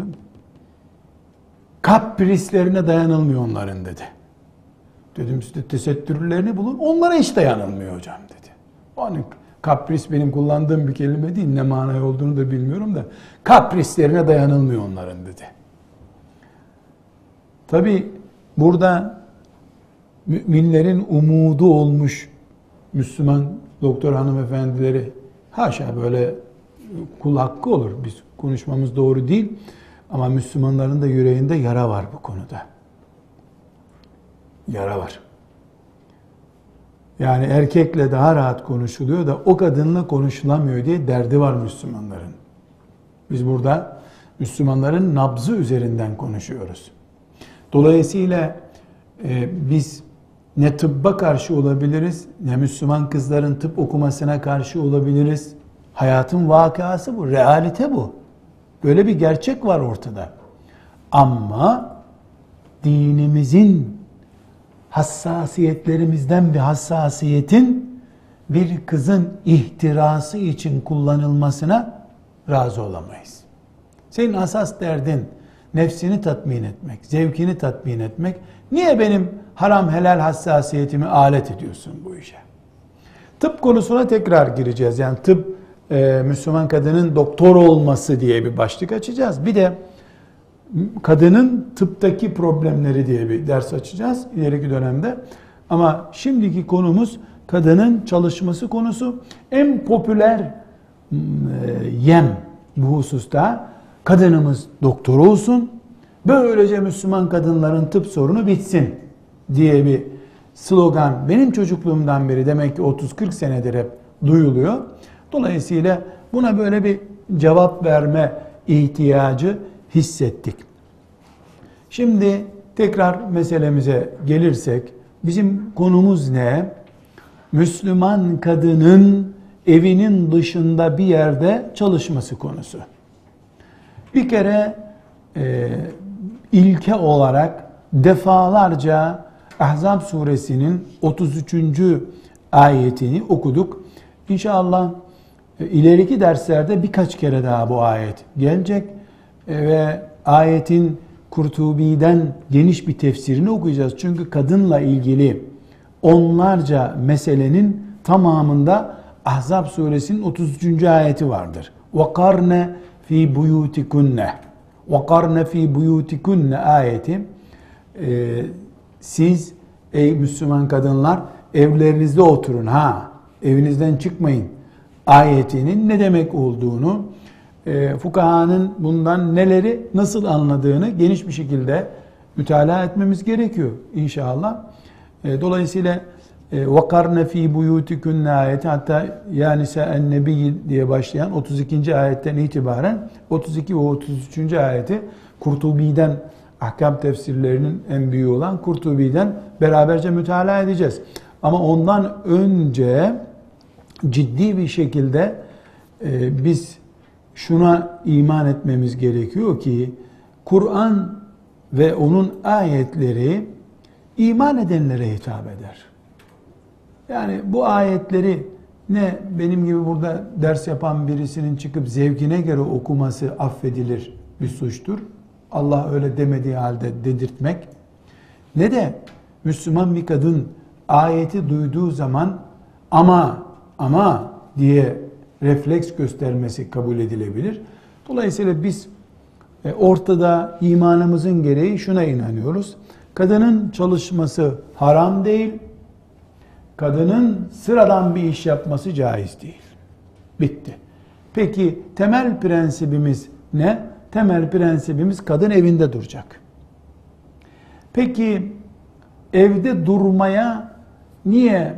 Kaprislerine dayanılmıyor onların dedi. Dedim size tesettürlerini bulun. Onlara hiç dayanılmıyor hocam dedi. Hani kapris benim kullandığım bir kelime değil. Ne manayı olduğunu da bilmiyorum da. Kaprislerine dayanılmıyor onların dedi. Tabi burada müminlerin umudu olmuş Müslüman doktor hanımefendileri haşa böyle kul hakkı olur. Biz konuşmamız doğru değil. Ama Müslümanların da yüreğinde yara var bu konuda. Yara var. Yani erkekle daha rahat konuşuluyor da o kadınla konuşulamıyor diye derdi var Müslümanların. Biz burada Müslümanların nabzı üzerinden konuşuyoruz. Dolayısıyla biz ne tıbba karşı olabiliriz, ne Müslüman kızların tıp okumasına karşı olabiliriz. Hayatın vakası bu, realite bu. Böyle bir gerçek var ortada. Ama dinimizin hassasiyetlerimizden bir hassasiyetin bir kızın ihtirası için kullanılmasına razı olamayız. Senin asas derdin nefsini tatmin etmek, zevkini tatmin etmek. Niye benim haram helal hassasiyetimi alet ediyorsun bu işe? Tıp konusuna tekrar gireceğiz. Yani tıp Müslüman kadının doktor olması diye bir başlık açacağız. Bir de kadının tıptaki problemleri diye bir ders açacağız ileriki dönemde. Ama şimdiki konumuz kadının çalışması konusu. En popüler yem bu hususta kadınımız doktor olsun, böylece Müslüman kadınların tıp sorunu bitsin diye bir slogan benim çocukluğumdan beri demek ki 30-40 senedir hep duyuluyor. Dolayısıyla buna böyle bir cevap verme ihtiyacı hissettik. Şimdi tekrar meselemize gelirsek bizim konumuz ne? Müslüman kadının evinin dışında bir yerde çalışması konusu. Bir kere ilke olarak defalarca Ahzab suresinin 33. ayetini okuduk. İnşallah ileriki derslerde birkaç kere daha bu ayet gelecek ve ayetin Kurtubi'den geniş bir tefsirini okuyacağız. Çünkü kadınla ilgili onlarca meselenin tamamında Ahzab suresinin 33. ayeti vardır. وَقَرْنَ ف۪ي بُيُوتِكُنَّ وَقَرْنَ ف۪ي بُيُوتِكُنَّ ayeti siz ey Müslüman kadınlar evlerinizde oturun evinizden çıkmayın ayetinin ne demek olduğunu fukahanın bundan neleri nasıl anladığını geniş bir şekilde mütalaa etmemiz gerekiyor inşallah. Dolayısıyla وَقَرْنَ ف۪ي بُيُوتِكُنَّ ayeti, hatta ya Nisa Nebi diye başlayan 32. ayetten itibaren 32 ve 33. ayeti Kurtubi'den, ahkam tefsirlerinin en büyüğü olan Kurtubi'den beraberce mütalaa edeceğiz. Ama ondan önce ciddi bir şekilde biz şuna iman etmemiz gerekiyor ki Kur'an ve onun ayetleri iman edenlere hitap eder. Yani bu ayetleri ne benim gibi burada ders yapan birisinin çıkıp zevkine göre okuması affedilir bir suçtur. Allah öyle demediği halde dedirtmek. Ne de Müslüman bir kadın ayeti duyduğu zaman ama diye refleks göstermesi kabul edilebilir. Dolayısıyla biz ortada imanımızın gereği şuna inanıyoruz. Kadının çalışması haram değil, kadının sıradan bir iş yapması caiz değil. Bitti. Peki temel prensibimiz ne? Temel prensibimiz kadın evinde duracak. Peki evde durmaya niye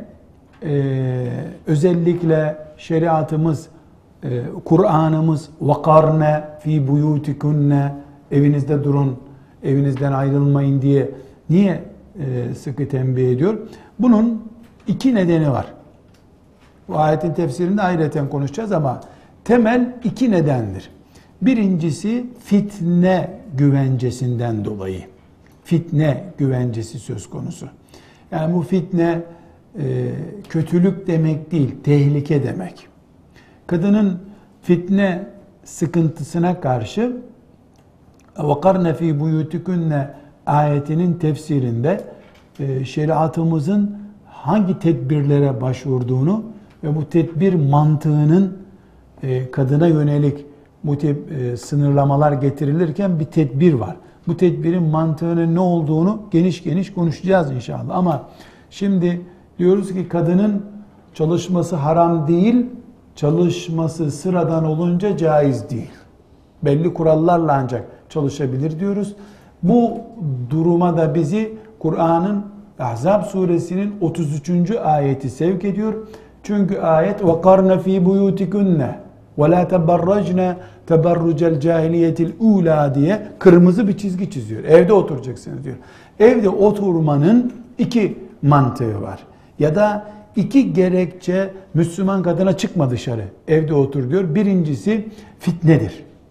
özellikle şeriatımız, Kur'an'ımız وَقَرْنَ ف۪ي بُيُوتِكُنَّ evinizde durun, evinizden ayrılmayın diye niye sıkı tembih ediyor? Bunun iki nedeni var. Bu ayetin tefsirinde ayrıca konuşacağız ama temel iki nedendir. Birincisi fitne güvencesinden dolayı. Fitne güvencesi söz konusu. Yani bu fitne kötülük demek değil, tehlike demek. Kadının fitne sıkıntısına karşı وَقَرْنَ ف۪ي بُيُوتِكُنَّ ayetinin tefsirinde şeriatımızın hangi tedbirlere başvurduğunu ve bu tedbir mantığının kadına yönelik bu tip sınırlamalar getirilirken bir tedbir var. Bu tedbirin mantığının ne olduğunu geniş geniş konuşacağız inşallah. Ama şimdi diyoruz ki kadının çalışması haram değil, çalışması sıradan olunca caiz değil. Belli kurallarla ancak çalışabilir diyoruz. Bu duruma da bizi Kur'an'ın Ahzab suresinin 33. ayeti sevk ediyor. Çünkü ayet وَقَرْنَ ف۪ي بُيُوتِكُنَّ وَلَا تَبَرَّجْنَ تَبَرُّجَ الْجَاهِلِيَةِ الْعُولَى diye kırmızı bir çizgi çiziyor. Evde oturacaksınız diyor. Evde oturmanın iki mantığı var. Ya da iki gerekçe Müslüman kadına çıkma dışarı, evde otur diyor. Birincisi fitnedir.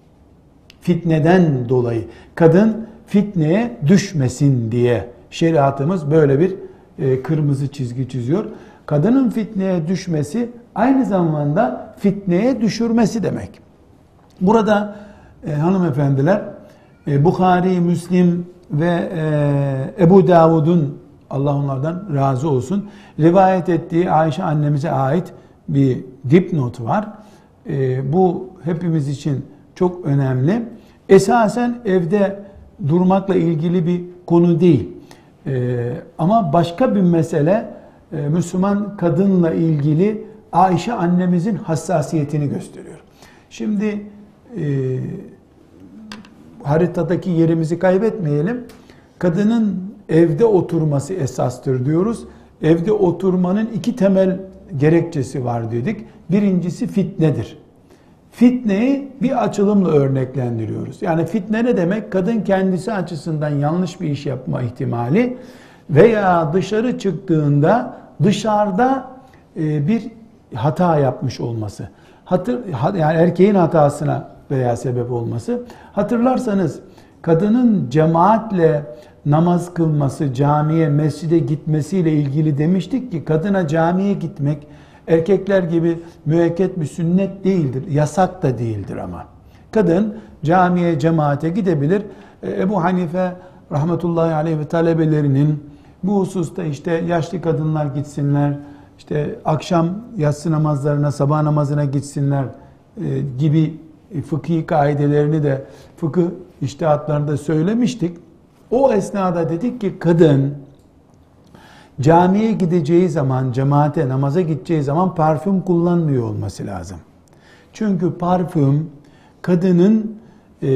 Fitneden dolayı kadın fitneye düşmesin diye şeriatımız böyle bir kırmızı çizgi çiziyor. Kadının fitneye düşmesi aynı zamanda fitneye düşürmesi demek. Burada hanımefendiler Bukhari, Müslim ve Ebu Davud'un, Allah onlardan razı olsun, rivayet ettiği Ayşe annemize ait bir dipnot var. Bu hepimiz için çok önemli. Esasen evde durmakla ilgili bir konu değil. Ama başka bir mesele Müslüman kadınla ilgili Ayşe annemizin hassasiyetini gösteriyor. Şimdi haritadaki yerimizi kaybetmeyelim. Kadının evde oturması esastır diyoruz. Evde oturmanın iki temel gerekçesi var dedik. Birincisi fitnedir. Fitneyi bir açılımla örneklendiriyoruz. Yani fitne ne demek? Kadın kendisi açısından yanlış bir iş yapma ihtimali veya dışarı çıktığında dışarıda bir hata yapmış olması. Yani erkeğin hatasına veya sebep olması. Hatırlarsanız kadının cemaatle namaz kılması, camiye, mescide gitmesiyle ilgili demiştik ki kadına camiye gitmek erkekler gibi müekket bir sünnet değildir. Yasak da değildir ama. Kadın camiye, cemaate gidebilir. Ebu Hanife rahmetullahi aleyh ve talebelerinin bu hususta işte yaşlı kadınlar gitsinler, işte akşam yatsı namazlarına, sabah namazına gitsinler gibi fıkhi kaidelerini de fıkıh içtihatlarında söylemiştik. O esnada dedik ki kadın camiye gideceği zaman, cemaate, namaza gideceği zaman parfüm kullanmıyor olması lazım. Çünkü parfüm kadının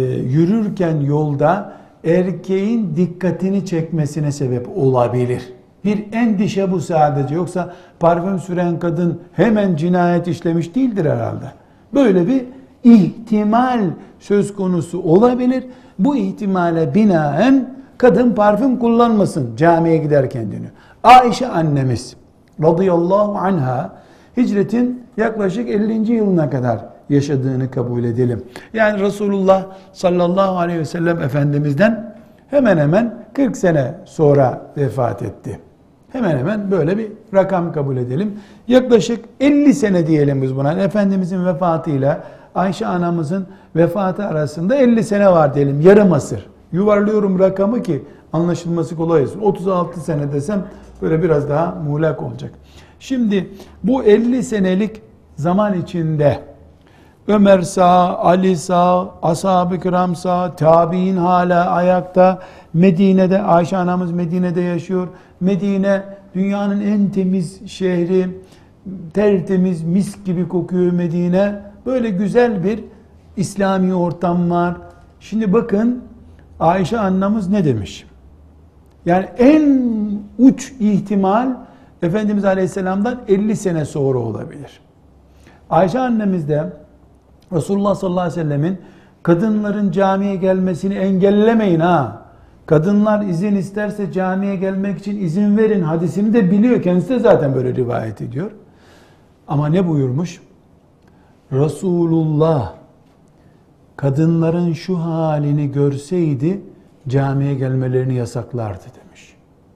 yürürken yolda erkeğin dikkatini çekmesine sebep olabilir. Bir endişe bu sadece. Yoksa parfüm süren kadın hemen cinayet işlemiş değildir herhalde. Böyle bir ihtimal söz konusu olabilir. Bu ihtimale binaen kadın parfüm kullanmasın camiye giderken deniyor. Ayşe annemiz radıyallahu anha hicretin yaklaşık 50. yılına kadar yaşadığını kabul edelim. Yani Resulullah sallallahu aleyhi ve sellem Efendimiz'den hemen hemen 40 sene sonra vefat etti. Hemen hemen böyle bir rakam kabul edelim. Yaklaşık 50 sene diyelim biz buna. Efendimizin vefatıyla Ayşe anamızın vefatı arasında 50 sene var diyelim. Yarım asır. Yuvarlıyorum rakamı ki anlaşılması kolay olsun. 36 sene desem böyle biraz daha muğlak olacak. Şimdi bu 50 senelik zaman içinde Ömer sağ, Ali sağ, ashab-ı kiram sağ, tabi'in hala ayakta. Medine'de, Ayşe anamız Medine'de yaşıyor. Medine dünyanın en temiz şehri, tertemiz, mis gibi kokuyor Medine. Böyle güzel bir İslami ortam var. Şimdi bakın Ayşe annemiz ne demiş? Yani en uç ihtimal Efendimiz Aleyhisselam'dan 50 sene sonra olabilir. Ayşe annemiz de Resulullah sallallahu aleyhi ve sellemin kadınların camiye gelmesini engellemeyin ha. Kadınlar izin isterse camiye gelmek için izin verin hadisini de biliyor. Kendisi de zaten böyle rivayet ediyor. Ama ne buyurmuş? Resulullah kadınların şu halini görseydi camiye gelmelerini yasaklardı demiş.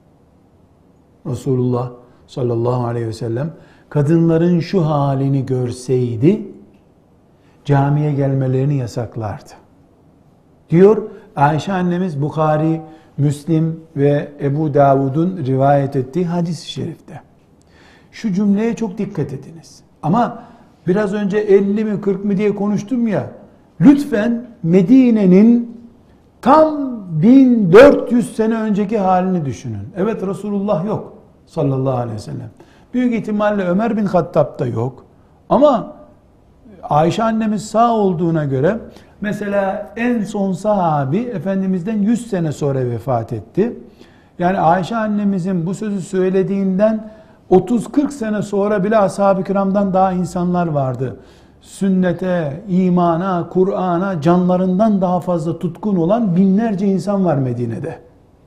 Resulullah sallallahu aleyhi ve sellem kadınların şu halini görseydi camiye gelmelerini yasaklardı. Diyor Ayşe annemiz Bukhari, Müslim ve Ebu Davud'un rivayet ettiği hadis-i şerifte. Şu cümleye çok dikkat ediniz. Ama biraz önce 50 mi 40 mı diye konuştum ya, lütfen Medine'nin tam 1400 sene önceki halini düşünün. Evet Resulullah yok sallallahu aleyhi ve sellem. Büyük ihtimalle Ömer bin Hattab da yok. Ama Ayşe annemiz sağ olduğuna göre mesela en son sahabi Efendimiz'den 100 sene sonra vefat etti. Yani Ayşe annemizin bu sözü söylediğinden 30-40 sene sonra bile ashab-ı kiramdan daha insanlar vardı. Sünnete, imana, Kur'an'a canlarından daha fazla tutkun olan binlerce insan var Medine'de.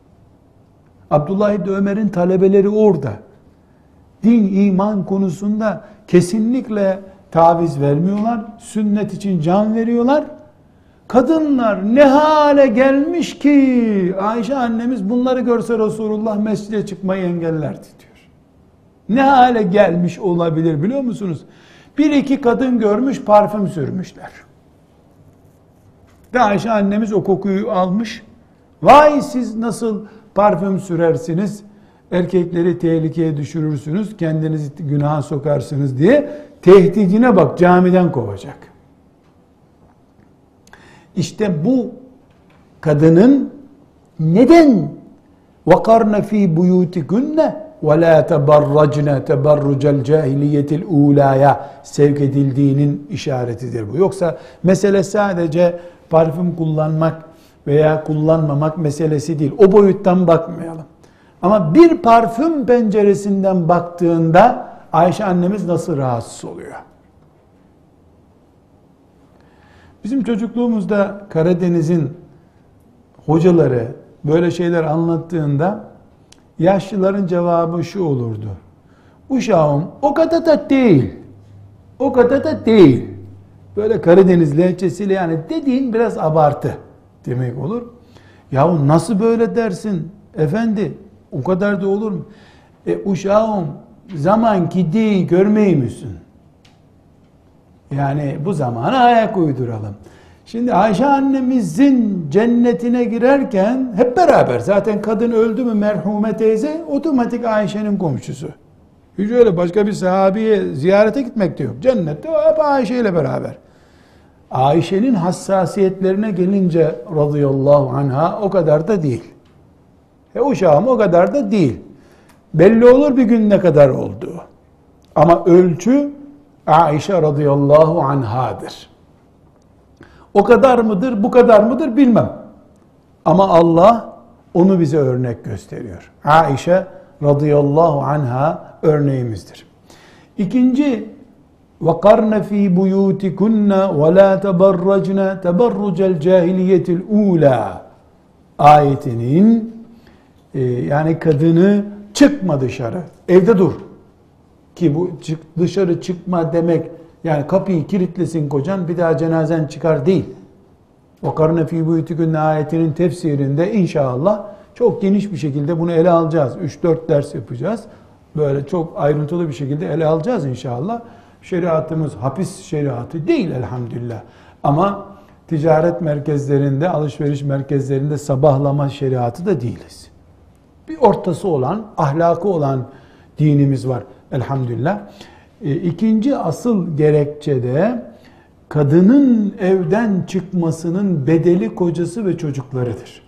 Abdullah İbni Ömer'in talebeleri orada. Din, iman konusunda kesinlikle taviz vermiyorlar. Sünnet için can veriyorlar. Kadınlar ne hale gelmiş ki Ayşe annemiz bunları görse Resulullah mescide çıkmayı engellerdi diyor. Ne hale gelmiş olabilir biliyor musunuz? Bir iki kadın görmüş parfüm sürmüşler. Ve Ayşe annemiz o kokuyu almış. Vay siz nasıl parfüm sürersiniz? Erkekleri tehlikeye düşürürsünüz, kendinizi günaha sokarsınız diye tehdidine bak, camiden kovacak. İşte bu kadının neden وَقَرْنَ ف۪ي بُيُوتِكُنَّ وَلَا تَبَرَّجْنَ تَبَرُّجَ الْجَاهِلِيَّةِ الْعُولَايَا sevk edildiğinin işaretidir bu. Yoksa mesele sadece parfüm kullanmak veya kullanmamak meselesi değil. O boyuttan bakmayalım. Ama bir parfüm penceresinden baktığında Ayşe annemiz nasıl rahatsız oluyor? Bizim çocukluğumuzda Karadeniz'in hocaları böyle şeyler anlattığında yaşlıların cevabı şu olurdu. Uşağım o kadar da değil. O kadar da değil. Böyle Karadeniz lehçesiyle yani dediğin biraz abartı demek olur. Yahu nasıl böyle dersin efendi? O kadar da olur mu? Uşağım zaman gidiği görmeyi misin? Yani bu zamana ayak uyduralım. Şimdi Ayşe annemizin cennetine girerken hep beraber zaten kadın öldü mü merhume teyze otomatik Ayşe'nin komşusu. Hiç öyle başka bir sahabeye ziyarete gitmek de yok. Cennette hep Ayşe ile beraber. Ayşe'nin hassasiyetlerine gelince radıyallahu anha o kadar da değil. Uşağım o kadar da değil. Belli olur bir gün ne kadar olduğu. Ama ölçü Ayşe radıyallahu anhadır. O kadar mıdır, bu kadar mıdır bilmem. Ama Allah onu bize örnek gösteriyor. Ayşe radıyallahu anha örneğimizdir. İkinci, وَقَرْنَ ف۪ي بُيُوتِكُنَّ وَلَا تَبَرَّجْنَ تَبَرُّجَ الْجَاهِلِيَّةِ الْعُولَى ayetinin yani kadını çıkma dışarı, evde dur. Ki bu dışarı çıkma demek yani kapıyı kilitlesin kocan, bir daha cenazen çıkar değil. وَقَرْنَ ف۪ي بُيُوتِكُنَّ ayetinin tefsirinde inşallah çok geniş bir şekilde bunu ele alacağız. 3-4 ders yapacağız. Böyle çok ayrıntılı bir şekilde ele alacağız inşallah. Şeriatımız hapis şeriatı değil elhamdülillah. Ama ticaret merkezlerinde, alışveriş merkezlerinde sabahlama şeriatı da değiliz. Bir ortası olan, ahlakı olan dinimiz var elhamdülillah. İkinci asıl gerekçe de kadının evden çıkmasının bedeli kocası ve çocuklarıdır.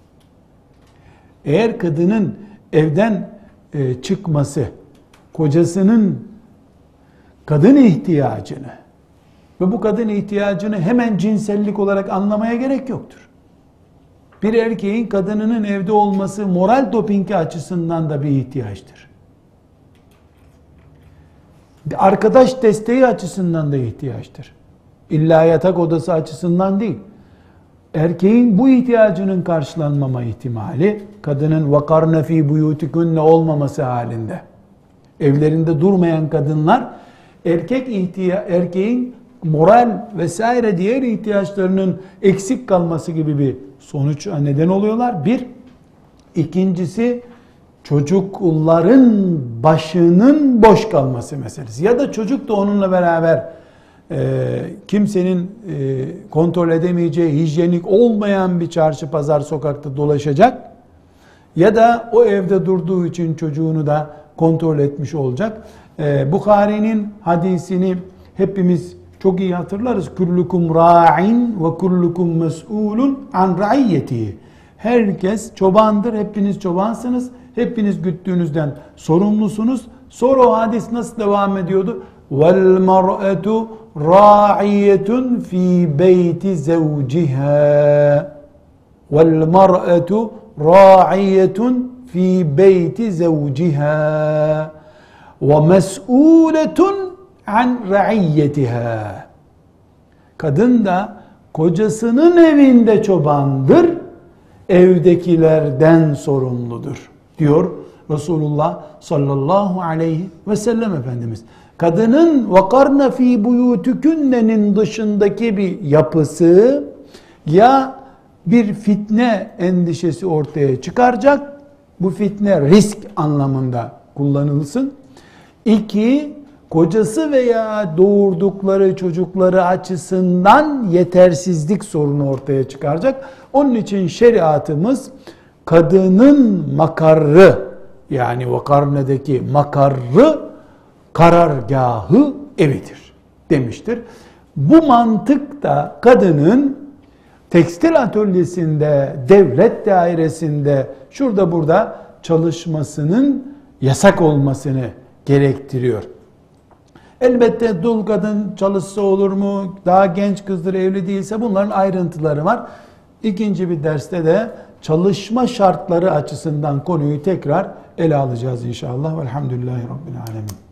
Eğer kadının evden çıkması kocasının kadın ihtiyacını ve bu kadın ihtiyacını hemen cinsellik olarak anlamaya gerek yoktur. Bir erkeğin kadınının evde olması moral dopingi açısından da bir ihtiyaçtır. Bir arkadaş desteği açısından da ihtiyaçtır. İlla yatak odası açısından değil. Erkeğin bu ihtiyacının karşılanmama ihtimali, kadının vakarne fi buyutikunne olmaması halinde, evlerinde durmayan kadınlar, erkeğin moral vesaire diğer ihtiyaçlarının eksik kalması gibi bir sonuç neden oluyorlar. Bir. İkincisi, çocukların başının boş kalması meselesi. Ya da çocuk da onunla beraber kimsenin kontrol edemeyeceği, hijyenik olmayan bir çarşı pazar sokakta dolaşacak. Ya da o evde durduğu için çocuğunu da kontrol etmiş olacak. Bukhari'nin hadisini hepimiz çok iyi hatırlarız. Kullukum ra'in ve kullukum mes'ulun an ra'iyyetihi. Herkes çobandır, hepiniz çobansınız. Hepiniz güttüğünüzden sorumlusunuz. Sonra o hadis nasıl devam ediyordu? Vel mar'atu ra'iyetun fi beyti zevciha. Vel mar'atu ra'iyetun fi beyti zevciha. Ve mes'uletun an ra'iyyetiha. Kadın da kocasının evinde çobandır, evdekilerden sorumludur diyor Resulullah sallallahu aleyhi ve sellem Efendimiz. Kadının vakarna fi buyutukunne'nin dışındaki bir yapısı ya bir fitne endişesi ortaya çıkaracak, bu fitne risk anlamında kullanılsın. İki, kocası veya doğurdukları çocukları açısından yetersizlik sorunu ortaya çıkaracak. Onun için şeriatımız kadının makarrı, yani vakarnedeki makarrı, karargahı evidir demiştir. Bu mantık da kadının tekstil atölyesinde, devlet dairesinde, şurada burada çalışmasının yasak olmasını gerektiriyor. Elbette dul kadın çalışsa olur mu? Daha genç kızdır, evli değilse, bunların ayrıntıları var. İkinci bir derste de çalışma şartları açısından konuyu tekrar ele alacağız inşallah. Velhamdülillahi Rabbil Alemin.